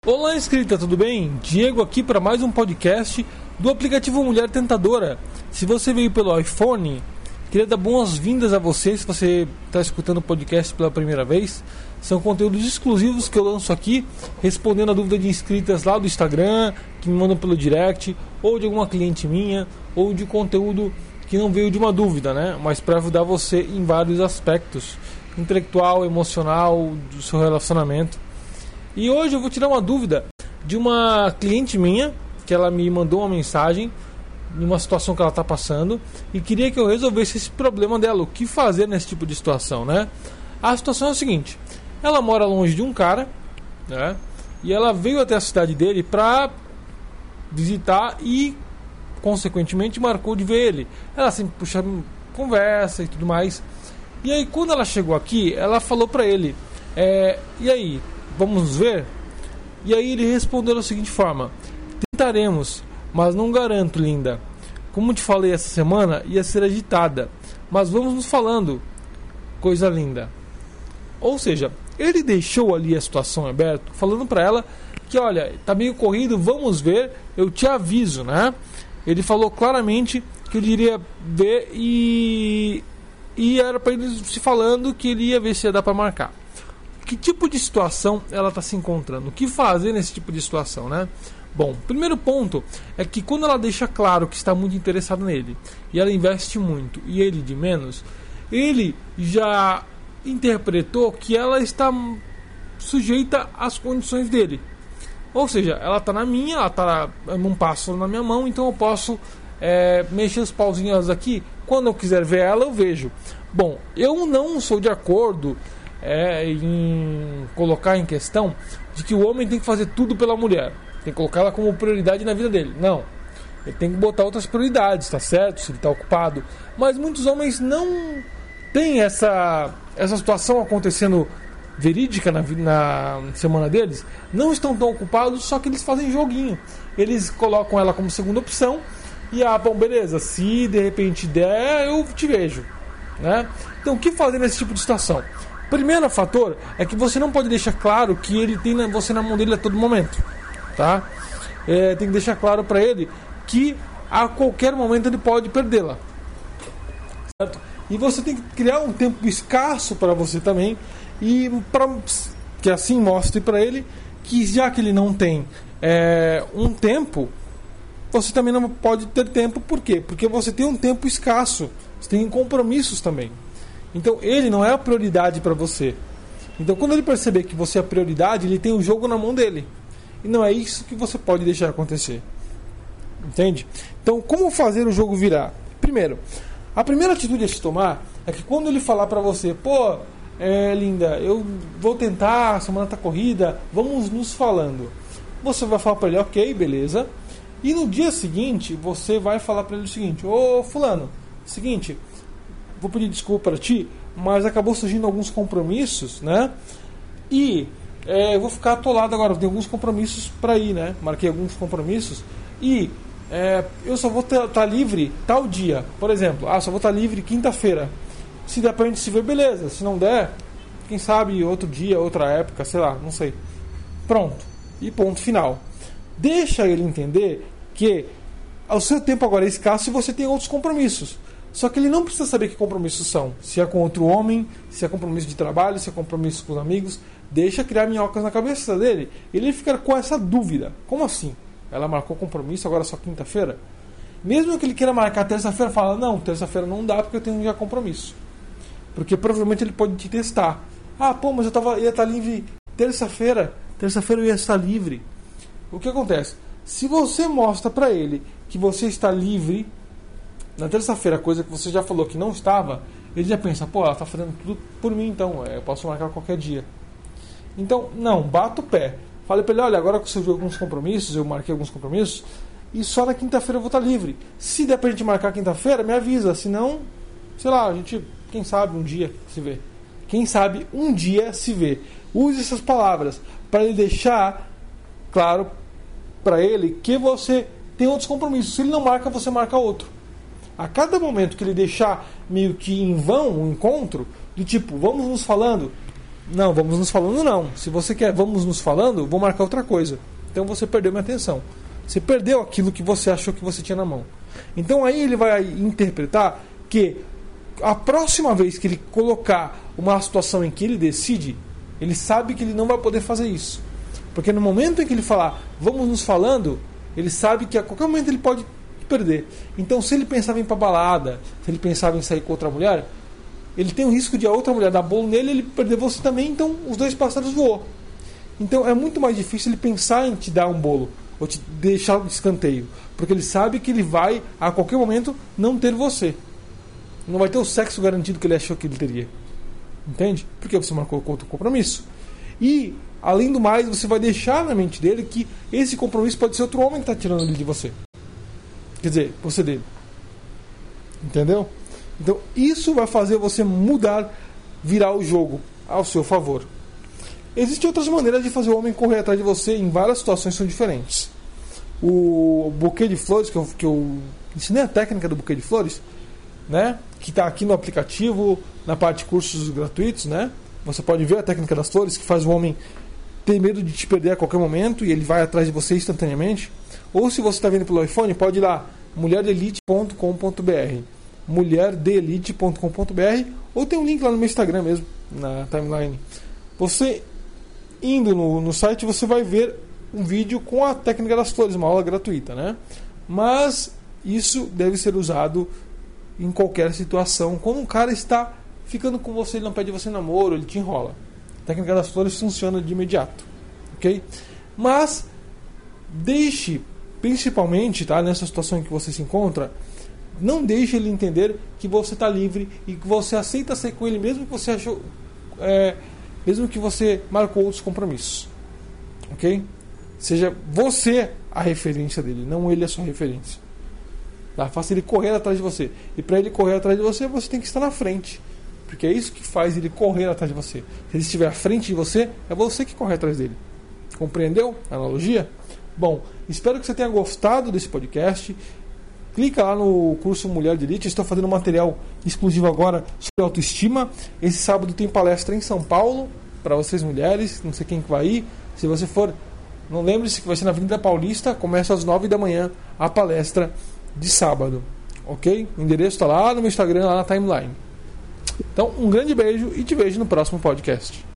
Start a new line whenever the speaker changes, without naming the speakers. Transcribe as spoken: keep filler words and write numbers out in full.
Olá, inscrita, tudo bem? Diego aqui para mais um podcast do aplicativo Mulher Tentadora. Se você veio pelo iPhone, queria dar boas-vindas a você. Se você está escutando o podcast pela primeira vez, são conteúdos exclusivos que eu lanço aqui, respondendo a dúvida de inscritas lá do Instagram, que me mandam pelo direct, ou de alguma cliente minha, ou de conteúdo que não veio de uma dúvida, né? Mas para ajudar você em vários aspectos, intelectual, emocional, do seu relacionamento. E hoje eu vou tirar uma dúvida de uma cliente minha, que ela me mandou uma mensagem em uma situação que ela está passando e queria que eu resolvesse esse problema dela, o que fazer nesse tipo de situação, né? A situação é a seguinte: ela mora longe de um cara, né? E ela veio até a cidade dele para visitar e, consequentemente, marcou de ver ele. Ela sempre puxa conversa e tudo mais. E aí, quando ela chegou aqui, ela falou para ele: é, e aí? Vamos ver? E aí ele respondeu da seguinte forma: tentaremos, mas não garanto, linda. Como te falei essa semana, ia ser agitada, mas vamos nos falando, coisa linda. Ou seja, ele deixou ali a situação aberta, falando para ela que, olha, tá meio corrido, vamos ver, eu te aviso, né? Ele falou claramente que ele iria ver e, e era para ele se falando que ele ia ver se ia dar para marcar. Que tipo de situação ela está se encontrando? O que fazer nesse tipo de situação, né? Bom, primeiro ponto é que quando ela deixa claro que está muito interessada nele e ela investe muito e ele de menos, ele já interpretou que ela está sujeita às condições dele. Ou seja, ela está na minha, ela está num passo na minha mão, então eu posso é, mexer os pauzinhos aqui. Quando eu quiser ver ela, eu vejo. Bom, eu não sou de acordo É, em colocar em questão de que o homem tem que fazer tudo pela mulher, tem que colocar ela como prioridade na vida dele. Não, ele tem que botar outras prioridades, tá certo? Se ele está ocupado. Mas muitos homens não têm essa, essa situação acontecendo verídica na, na semana deles. Não estão tão ocupados, só que eles fazem joguinho. Eles colocam ela como segunda opção e, ah, bom, beleza, se de repente der, eu te vejo, né? Então, o que fazer nesse tipo de situação? Primeiro fator é que você não pode deixar claro que ele tem você na mão dele a todo momento, tá? É, tem que deixar claro para ele que a qualquer momento ele pode perdê-la, certo? E você tem que criar um tempo escasso para você também, e para que assim mostre para ele que, já que ele não tem é, um tempo, você também não pode ter tempo. Por quê? Porque você tem um tempo escasso, você tem compromissos também. Então ele não é a prioridade para você. Então quando ele perceber que você é a prioridade, ele tem o jogo na mão dele. E não é isso que você pode deixar acontecer. Entende? Então como fazer o jogo virar? Primeiro, a primeira atitude a se tomar é que quando ele falar para você: pô, é, linda, eu vou tentar, a semana tá corrida, vamos nos falando. Você vai falar para ele: ok, beleza. E no dia seguinte você vai falar para ele o seguinte: ô fulano, seguinte, vou pedir desculpa para ti, mas acabou surgindo alguns compromissos, né? E é, eu vou ficar atolado agora, tenho alguns compromissos para ir, né? Marquei alguns compromissos e é, eu só vou estar tá livre tal dia. Por exemplo, ah, só vou estar tá livre quinta-feira. Se der pra gente se ver, beleza. Se não der, quem sabe outro dia, outra época, sei lá, não sei. Pronto. E ponto final. Deixa ele entender que o seu tempo agora é escasso e você tem outros compromissos. Só que ele não precisa saber que compromissos são. Se é com outro homem, se é compromisso de trabalho, se é compromisso com os amigos. Deixa criar minhocas na cabeça dele. Ele fica com essa dúvida. Como assim? Ela marcou compromisso, agora só quinta-feira? Mesmo que ele queira marcar terça-feira, fala: não, terça-feira não dá porque eu tenho já compromisso. Porque provavelmente ele pode te testar. Ah, pô, mas eu tava, ia estar livre terça-feira. Terça-feira eu ia estar livre. O que acontece? Se você mostra pra ele que você está livre na terça-feira, coisa que você já falou que não estava, ele já pensa: pô, ela está fazendo tudo por mim, então eu posso marcar qualquer dia. Então, não, bata o pé. Falei para ele: olha, agora que você viu alguns compromissos, eu marquei alguns compromissos, e só na quinta-feira eu vou estar livre. Se der pra gente marcar quinta-feira, me avisa. Senão, sei lá, a gente, quem sabe um dia se vê. Quem sabe um dia se vê. Use essas palavras para ele deixar claro para ele que você tem outros compromissos. Se ele não marca, você marca outro. A cada momento que ele deixar meio que em vão o encontro, do tipo, vamos nos falando, Não, vamos nos falando não. Se você quer vamos nos falando, vou marcar outra coisa. Então você perdeu minha atenção. Você perdeu aquilo que você achou que você tinha na mão. Então aí ele vai interpretar que a próxima vez que ele colocar uma situação em que ele decide, ele sabe que ele não vai poder fazer isso. Porque no momento em que ele falar vamos nos falando, ele sabe que a qualquer momento ele pode perder. Então se ele pensava em ir pra balada, se ele pensava em sair com outra mulher, ele tem o risco de a outra mulher dar bolo nele e ele perder você também, então os dois pássaros voam. Então é muito mais difícil ele pensar em te dar um bolo ou te deixar de escanteio, porque ele sabe que ele vai a qualquer momento não ter você. Não vai ter o sexo garantido que ele achou que ele teria. Entende? Porque você marcou outro compromisso. E, além do mais, você vai deixar na mente dele que esse compromisso pode ser outro homem que está tirando ele de você. Quer dizer, você dele. Entendeu? Então, isso vai fazer você mudar, virar o jogo ao seu favor. Existem outras maneiras de fazer o homem correr atrás de você, em várias situações são diferentes. O buquê de flores, que eu, que eu ensinei a técnica do buquê de flores, né, que está aqui no aplicativo, na parte de cursos gratuitos, né? Você pode ver a técnica das flores, que faz o homem ter medo de te perder a qualquer momento e ele vai atrás de você instantaneamente. Ou se você está vendo pelo iPhone, pode ir lá, mulher de elite ponto com ponto b r, mulher de elite ponto com ponto b r, ou tem um link lá no meu Instagram mesmo, na timeline. Você indo no, no site, você vai ver um vídeo com a técnica das flores, uma aula gratuita, né? Mas isso deve ser usado em qualquer situação. Quando um cara está ficando com você, ele não pede você namoro, ele te enrola. A técnica das flores funciona de imediato, ok? Mas deixe, principalmente, tá, nessa situação em que você se encontra, não deixe ele entender que você está livre e que você aceita ser com ele, mesmo que você achou, é, mesmo que você marcou outros compromissos, ok? Seja você a referência dele, não ele a sua referência. Tá? Faça ele correr atrás de você. E para ele correr atrás de você, você tem que estar na frente. Porque é isso que faz ele correr atrás de você. Se ele estiver à frente de você, é você que corre atrás dele. Compreendeu a analogia? Bom, espero que você tenha gostado desse podcast. Clica lá no curso Mulher de Elite. Estou fazendo um material exclusivo agora sobre autoestima. Esse sábado tem palestra em São Paulo para vocês mulheres. Não sei quem que vai ir. Se você for, não lembre-se que vai ser na Avenida Paulista. Começa às nove da manhã a palestra de sábado, ok? O endereço está lá no meu Instagram, lá na timeline. Então, um grande beijo e te vejo no próximo podcast.